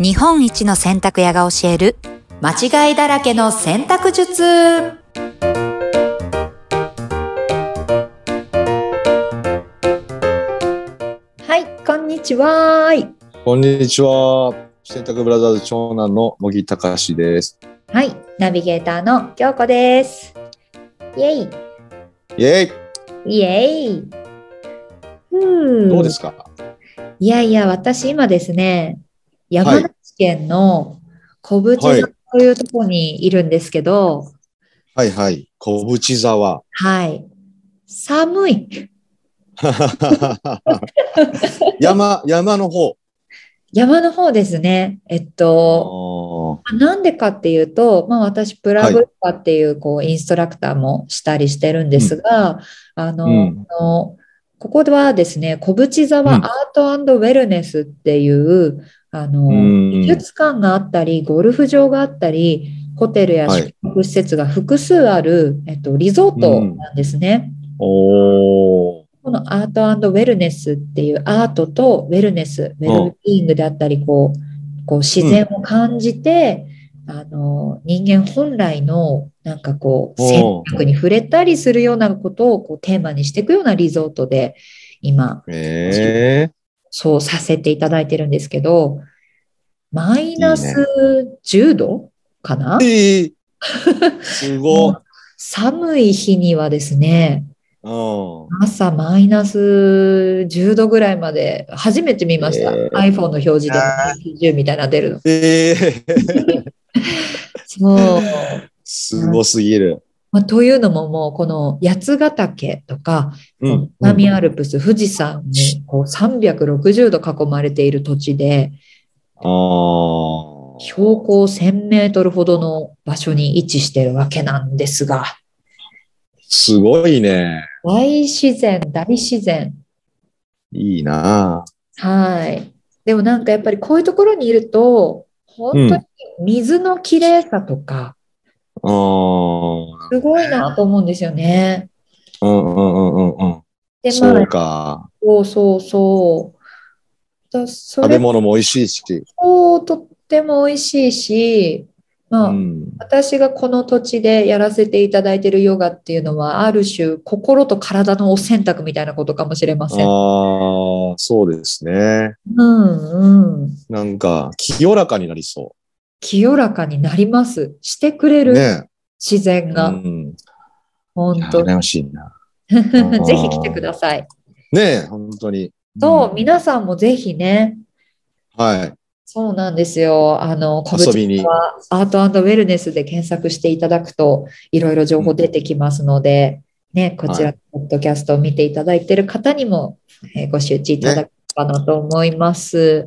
日本一の洗濯屋が教える間違いだらけの洗濯術。はい、こんにちは。 こんにちは。洗濯ブラザーズ長男の茂木隆です。 はい、ナビゲーターの京子です。イエイイエイ。 イエイ。 どうですか？ いやいや、私今ですね、 はい。 山梨県の小淵沢はい。 というところにいるんですけど、 はいはい。小淵沢。 はい、寒い。 山の方。 山の方ですね。 ああ。 なんでかっていうと、私、プラはい。 グとかっていう、インストラクターもしたりしてるんですうん。 が、あの、 うん。 ここではですね、小淵うん。 沢アートウェルネスっていう、 う美ん。 術館があったり、ゴルフ場があったり、ホテルや宿はい。 泊施設が複数ある、リゾーうん。 トなんですね。 おー。 このアートウェルネスっていうアートとウェルネス、ウェうん。 ルビーイングであったり、自うん。 然を感じて、人間本来の選おー。 択に触れたりするようなことをテーマにしていくようなリゾートで今、 えそうさせていただいてるんですけど、マイナスいいね。 10度かな。 ええ、すご。 もう寒い日にはですね、 うん。 朝マイナス10度ぐらいまで初めて見ました。 え iPhone の表示でマイナス10みたいなの出るの。 ええ。 そう。 すごすぎる。 というのももうこの八ヶ岳とか、このうん。うん。 南アルプス、富士山に360度囲まれている土地で、 ああ。 標高1000メートルほどの場所に位置しているわけなんですが、 すごいね。 大自然、大自然。 いいな。 はい。でもやっぱりこういうところにいると、本当にうん。 水のきれいさとか、 ああ。 すごいなと思うんですよね。 うんうんうんうんうん。 で、 そうか。 そうそうそう。そ食べれ物も美味しいし。 もとっても美味しいし、 うん。 私がこの土地でやらせていただいているヨガっていうのは、ある種、心と体のお洗濯みたいなことかもしれません。 ああ、そうですね。 うんうん。 なんか、清らかになりそ清らかになります。してくれう。 るね自然え。うが。 ん。いや、 本当に。 羨ましいな。あぜひ来てくあ。 ださい。 ねえ、本当に。うそう、 ん。 皆さんもぜひね、 はい。 そうなんですよ。小淵遊びに。 沢アートウェルネスで検索していただくと、いろいろ情報うん。 出てきますので、ね、こちら、 はい。 ポッドキャストを見ていただいている方にも、ご周知いただね。 ければなと思います。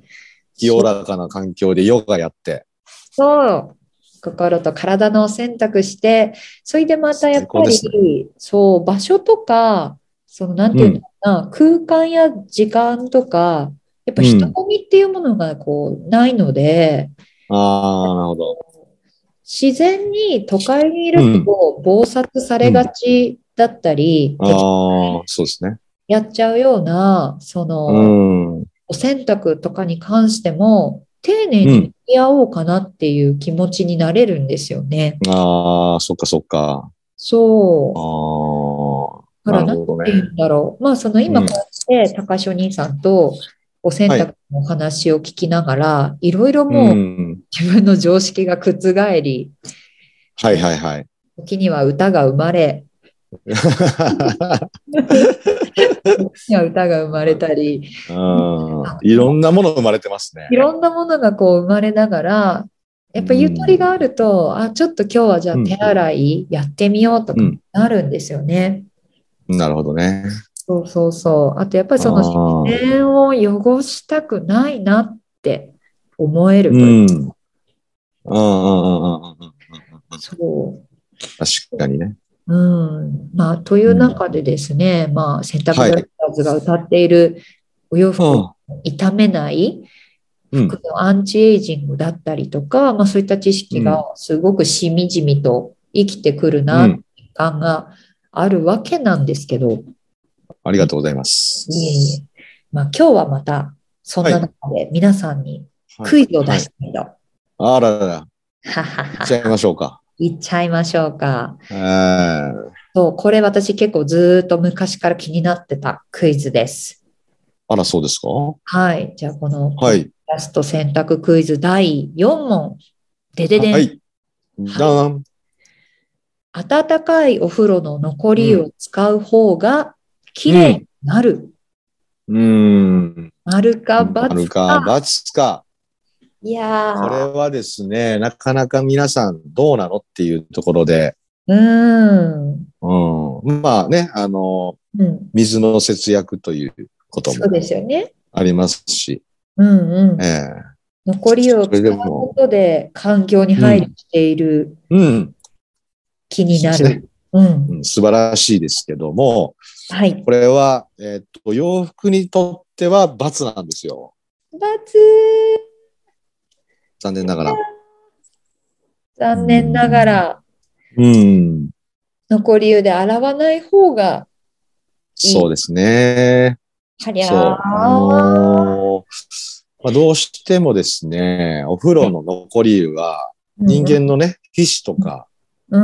清らかな環境でヨガやって。 そう、心と体の選択して、それでまたやっぱ最高ですね。 り、そう、場所とか、なんていうのうん。 かな、空間や時間とか、やっぱ人うん。 混みっていうものがないので、 ああ、なるほど。 自然に都会にいるうん。 と忙殺されがうん。 ちだったり、適当ああ、 にそうですね。 やっちゃうような、 うん。 お洗濯とかに関しても、丁寧に向うん。 き合おうかなっていう気持ちになれるんですよね。 ああ、そっかそっか。あそう。 あ、 だから、 なるなんほどね。 て言うんだろう。今うん。 こうやって、高橋お兄さんとお洗はい。 濯のお話を聞きながら、いろいろうもうん。 自分の常識が覆り、 はいえはいはい。 時には歌が生まれ、時には歌が生まれたり、 いろんなもの生まれてますね。 いろんなものが生まれながら、やうっぱゆとりがん。 あると、ちょっと今日はじゃあ手うん。 洗いやってみようとかうん。 なるんですよね。 なるほどね。 そうそうそう。あとやっぱりあその自あ。 然を汚したくないなって思えるという。 うん。うんうんうんうんうんうん。 そ確かにね。 う。といううん。 中でですね、洗濯ブラザはい。 ーズが歌っているお洋服をうん。 傷めないうん。 服のアンチエイジングだったりとか、そういった知識がうん。 すごくしみじみと生きてくるなってうん。 実感があるわけなんですけど、 ありがいとうございます。 いえいえ。今日はまたそんなはい。 中で皆さんにクイズを出したいと。 あららら。 ははは。 いっちゃいましょうか。 いっちゃいましょうか。 えー、 そう、これ私結構ずーっと昔から気になってたクイズです。 あら、そうですか？ はい。じゃあ、このポッドキはい。 ャスト選択クイズ第4問。でででん。 はい。 はい。 だん。 温かいお風呂の残りをうん。 使う方が綺麗にうん。 なる。 うーん。 丸か× あるか、 か。 ×か。 いやこれー、 はですね、なかなか皆さんどうなのっていうところで、 うーん。 まあね、 うん。 水の節約ということもそうですよね。 ありますし、 うんうん。 ええ、 残りをそれで使うこも、 とで環境にうん、 配慮しているうん、 気にそうですね。 なる。うん。 素晴らしいですけども、 はい。 これは、洋服にとっては×なんですよ。 ×。 残念ながら。う残念ながん。 ら、 うん。 残り湯で洗わない方がいい。 そうですね。 はりゃそう。 ー。 まあ、どうしてもですね、お風呂の残り湯は、人うんうん。 間のね、皮脂とか、 うん。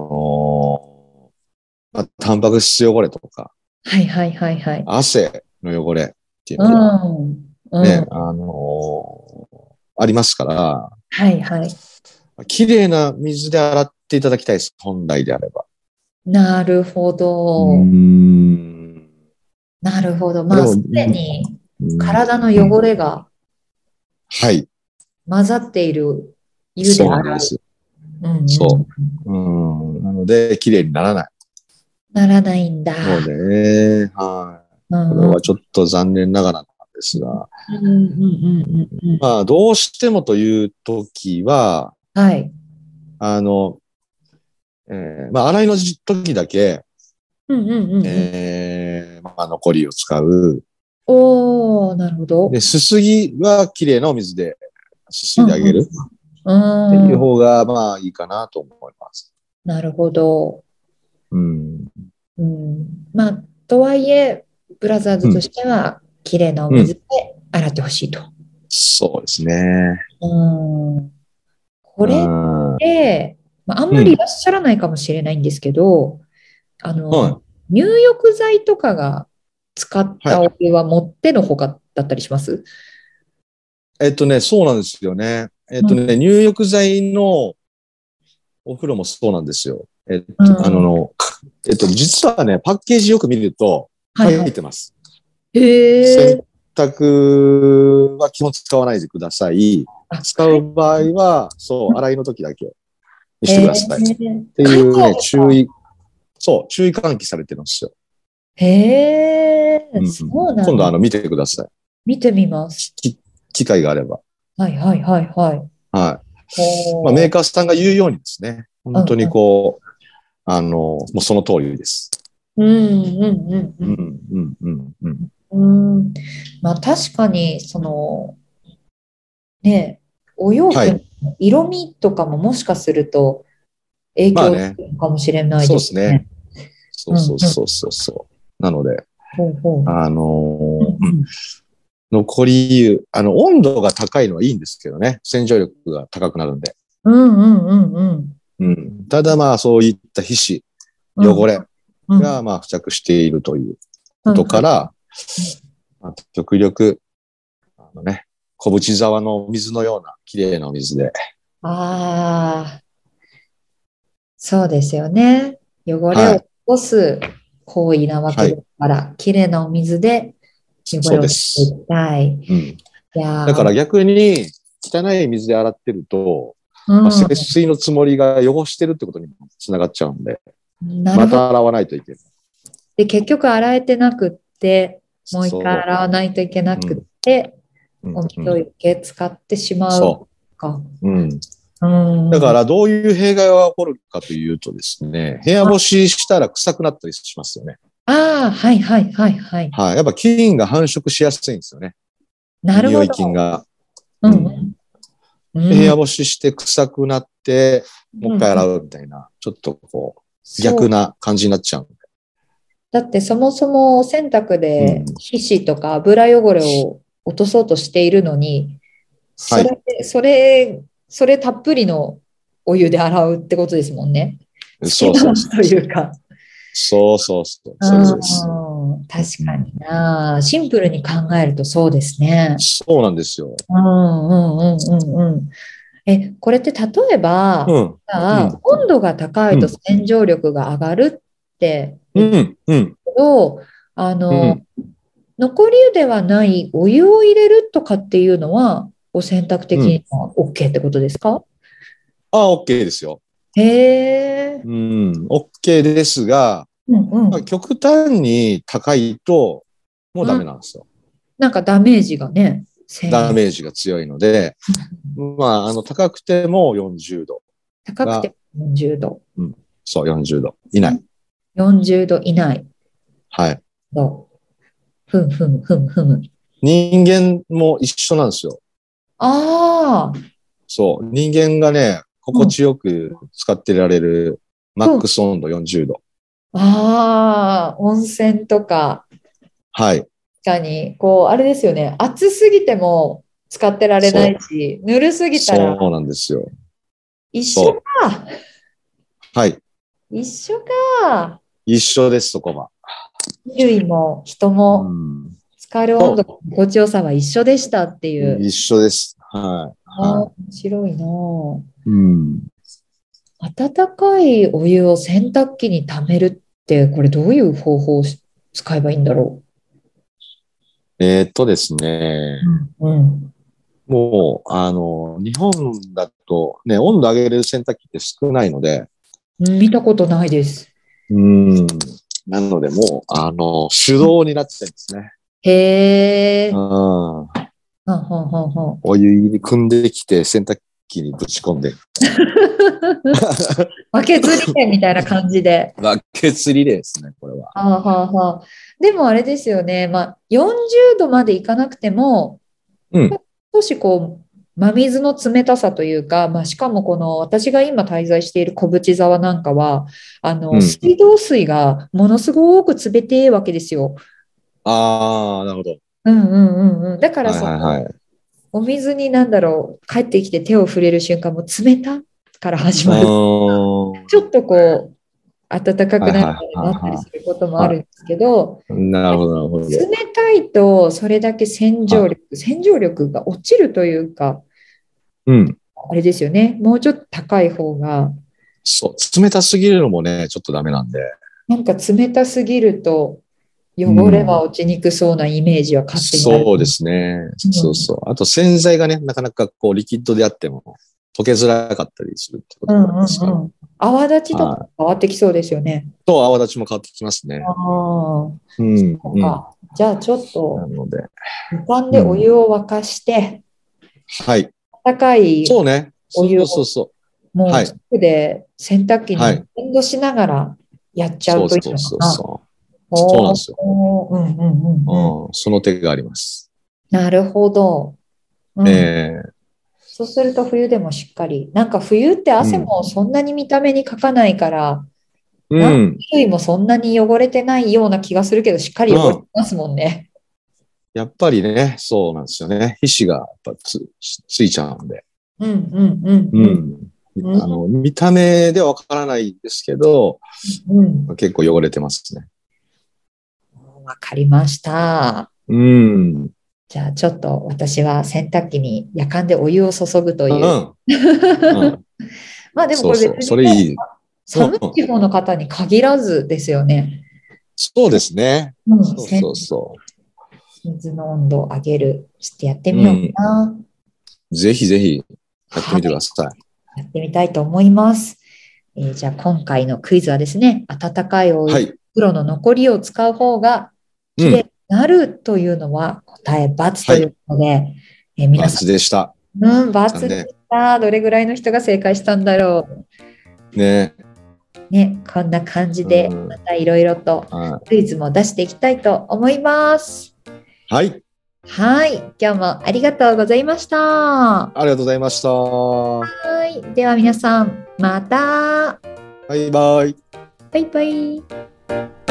まあ、タンパク質汚れとか、 はいはいはいはい。 汗の汚れっていううのが、 ん。うね、 ん。 ありますから、 はいはい。 綺麗な水で洗っていただきたいです。本来であれば。 なるほうーど。 ん。 なるほど。 でも、 まあ、すでにうん、 体のうん、 汚れがはい。 混ざっている湯で洗う。 そうなんです。 うんうん。 そう。なので、綺麗にならない。 ならないんのだ。 で、はい。これうんうん。 はちょっと残念ながらなんですが、 うんうんうんうんうん。 まあ、どうしてもという時は、 はい。 あの、まあ、洗いの時だけ、 うんうんうんうん。 まあ、残りを使う。 おー、なるほど。 で、すすぎは綺麗なお水ですすうんうん。 いであげるっていううーん。 方が、まあ、いいかなと思います。 なるほど。 うん。 うん。まあ、とはいえ、ブラザーズとうん。 しては、綺麗なおうん。 水で洗ってほしいと。 そうですね。 うん。こうれっん。 て、まあ、あんうん。 まりいらっしゃらないかもしれないんですけど、あの、 はい。 入浴剤とかが使っはい。 たお湯はもってのほかだったりします？ そうなんですよね。 うん。 入浴剤のお風呂もそうなんですよ。 うん。 実はね、パッケージよく見ると書はいはい。 いてます。洗へえ。 濯は基本使わないでください。 あ、 使う場合は、そう、洗いの時だけにしてくへえ。 ださい。って書いていうね、 あるんだ。 注意喚起されてるんですよ。 へえ、 うん。 そうなんだ。 今度見てください。 見てみます。 機会があれば。 はいはいはいはい。 はい。まあ、メおー。 ーカーさんが言うようにですね、本当にうんこう、もうその通りです。 うんうんうんううん、 んうん、うん、うん。 うん。まあ確かに、ね、お洋服のはい。 色味とかももしかすると影響すまあね、 るかもしれないそうですね。 ですね。そううんうん。 そうそうそうそう。なので、 ほうほう。うん残り湯、温度が高いのはいいんですけどね。洗浄力が高くなるんで。 うんうんうんうんうん。ただまあ、そういった皮脂、 うん汚れうんがまあ付着しているというこうんとから、 うん。 まあ極力、小淵沢の水のような綺麗なお水で、 ああ、そうですよね。汚れを落はい、 とす行為なわけではい、 すから、きれいなお水で汚そうれを取っていです。 きたい。 うん。 いやー、 だから逆に、汚い水で洗ってると、まあ、 う節水のつもりが汚してるってことにもつながっちゃうんで、 ん、なるほど。 また洗わないといけない。 で、結局洗えてなくって、もう一回そ洗わないといけなう。うくっん、 て、 うん、 お水をうん。 余計使ってしまうそか。 う。うん。 うん。あだから、どういう弊害が起こるかというとですね、部屋干ししたら臭くなったりしますよね。 あ、はいはいはいはい。 はい。やっぱ菌が繁殖しやすいんですよね。匂いなるほど。 菌が。 ううん。 んうん。 で部うん。 屋干しして臭くなって、もう一回洗うんうん。 うみたいな、ちょっとこう、逆そう。 な感じになっちゃう。 だってそもそもお洗濯うん。 で皮脂とか油汚れを落とそうとしているのに、 それ、それ、それたっぷりのお湯で洗うってことですもんね。 そうそうそう。 というか。 そうそうそう。そうです。 確かにな。シンプルに考えるとそうですね。 そうなんですよ。 うんうんうんうんうん。これって例えば、 うん。 じゃあ、 うん。 温度が高いとうん。 洗浄力が上がるって言ってるうん。うん。 けど、あの、 うん。 残り湯ではないお湯を入れるとかっていうのは、お洗濯的うん。 には OK ってことですか？ あ、OK ですよ。 へえ。 うん。OK ですが、 うんうん。 極端に高いと、もうダうん。 メなんですよ。 なんかダメージがね、繊維。 ダメージが強いので、まあ、高くても40度が、 高くて40度。 うん。そう、40度以内。 40度以内はい。 の、ふんふんふんふん。 人間も一緒なんですよ。 ああ、 そう。人間がね、 うん、 心地よく使ってられるマッふん。 クス温度40度。 ああ、温泉とか、 はい。 確かに、こう、あれですよね。暑すぎても使ってられなそう。 いし、ぬるすぎたらそうなんですよ。 一緒そか。 う。はい。 一緒か。 一緒です、そこは。 衣類も人うもん。 浸かる温度その心地よさは一緒でしたっていう。 う。 一緒です。はい。は面白いなぁ。 い。うん。 温かいお湯を洗濯機に溜めるって、これどういう方法を使えばいいんだろですね。 う。うん。 もう、日本だとね、温度上げれる洗濯機って少ないので、 見たことないです。 うん。なので、もう、手動になっちゃうんですね。 へうえ。 ん。 はんはんはんはん。 お湯に汲んできて洗濯機にぶち込んで。 バケツリレーみたいな感じで。 バケツリレーですね、これは。 はあはあはあ。でもあれですよね。まあ、40度までいかなくても、 うん。 少しこう、真水の冷たさというか、まあ、しかもこの私が今滞在している小淵沢なんかは、 うん。 水道水がものすごく冷ていわけですよ。 ああ、なるほど。 うんうんうんうん。だからはいはいはい。 お水に帰ってきて手を触れる瞬間も冷たから始うまる。 ーん。 ちょっとこう、暖かくなるはいはいはいまで待ったりはすることもい。はあるんですけど、 い。なるほどなるほど。 冷たいとそれだけはい。 洗浄力が落ちるというか、 うん。 あれですよね。もうちょっと高い方が、 そう。冷たすぎるのもね、ちょっとダメなんで。 なんか冷たすぎるとう汚れはん。 落ちにくそうなイメージは勝手にある。 そうですね。 うん。 そうそう。あと洗剤がね、なかなかこう、リキッドであっても溶けづらかったりするってこうんともありますから。 うんうん。泡立ちとかはい。 変わってきそうですよね。 と、泡立ちも変わってきますあね。 あ、 うん、うん。 そうか。じゃあちょっと、 なので。 時間でおうん。 湯を沸かして、 はい。 温かいそうね。そうそうお湯をそう。はい。 もう近くで洗濯機にはい。 連動しながらやっちゃそううといいそうそうのかな。 そう。そうなんおですよ。 お、うんうんうんうん。 うん。その手があります。 なるほど。うん。 ええそうすると冬でもしっかり。なんか冬って汗うん。 もそんなに見た目にかかないから、 うなんかん。 衣類もそんなに汚れてないような気がするけど、しっかり汚れてうん。 ますもんね。 やっぱりね、そうなんですよね。皮脂がやっぱついちゃうんで。 うんうんうんううんん。 うん見た目ではわからないんですけど、 うん。 結構汚れてますね。 わかりました。 うん。 じゃあちょっと私は洗濯機に夜間でお湯を注ぐという。 うん。うん。 まあでもこれそうそう。 別にね、 それいい。うん。 寒い地方の方に限らずですよね。 そうですね。 うん、 そうそうそ水の温度を上げる。ちょっとやってう。 みよううん。 かな。 ぜひぜひやってみてくはい。 ださい。 やってみたいと思います。じゃあ今回のクイズはですね、温かいお湯、 はい。 風呂の残りを使う方がうん。 きれいになるというのは答え×とはい。 いうことで、皆さ ×でした。 ん、×で残念。 した。どれぐらいの人が正解したんだろね。 う。ね、こんな感じうで、まん。 たいろいろとはクイズも出していきたいと思います。 い。 はい、今日もありがとうございました。はありがとうございました。 い、では皆さん、また。 バイバイ。 バイバイ。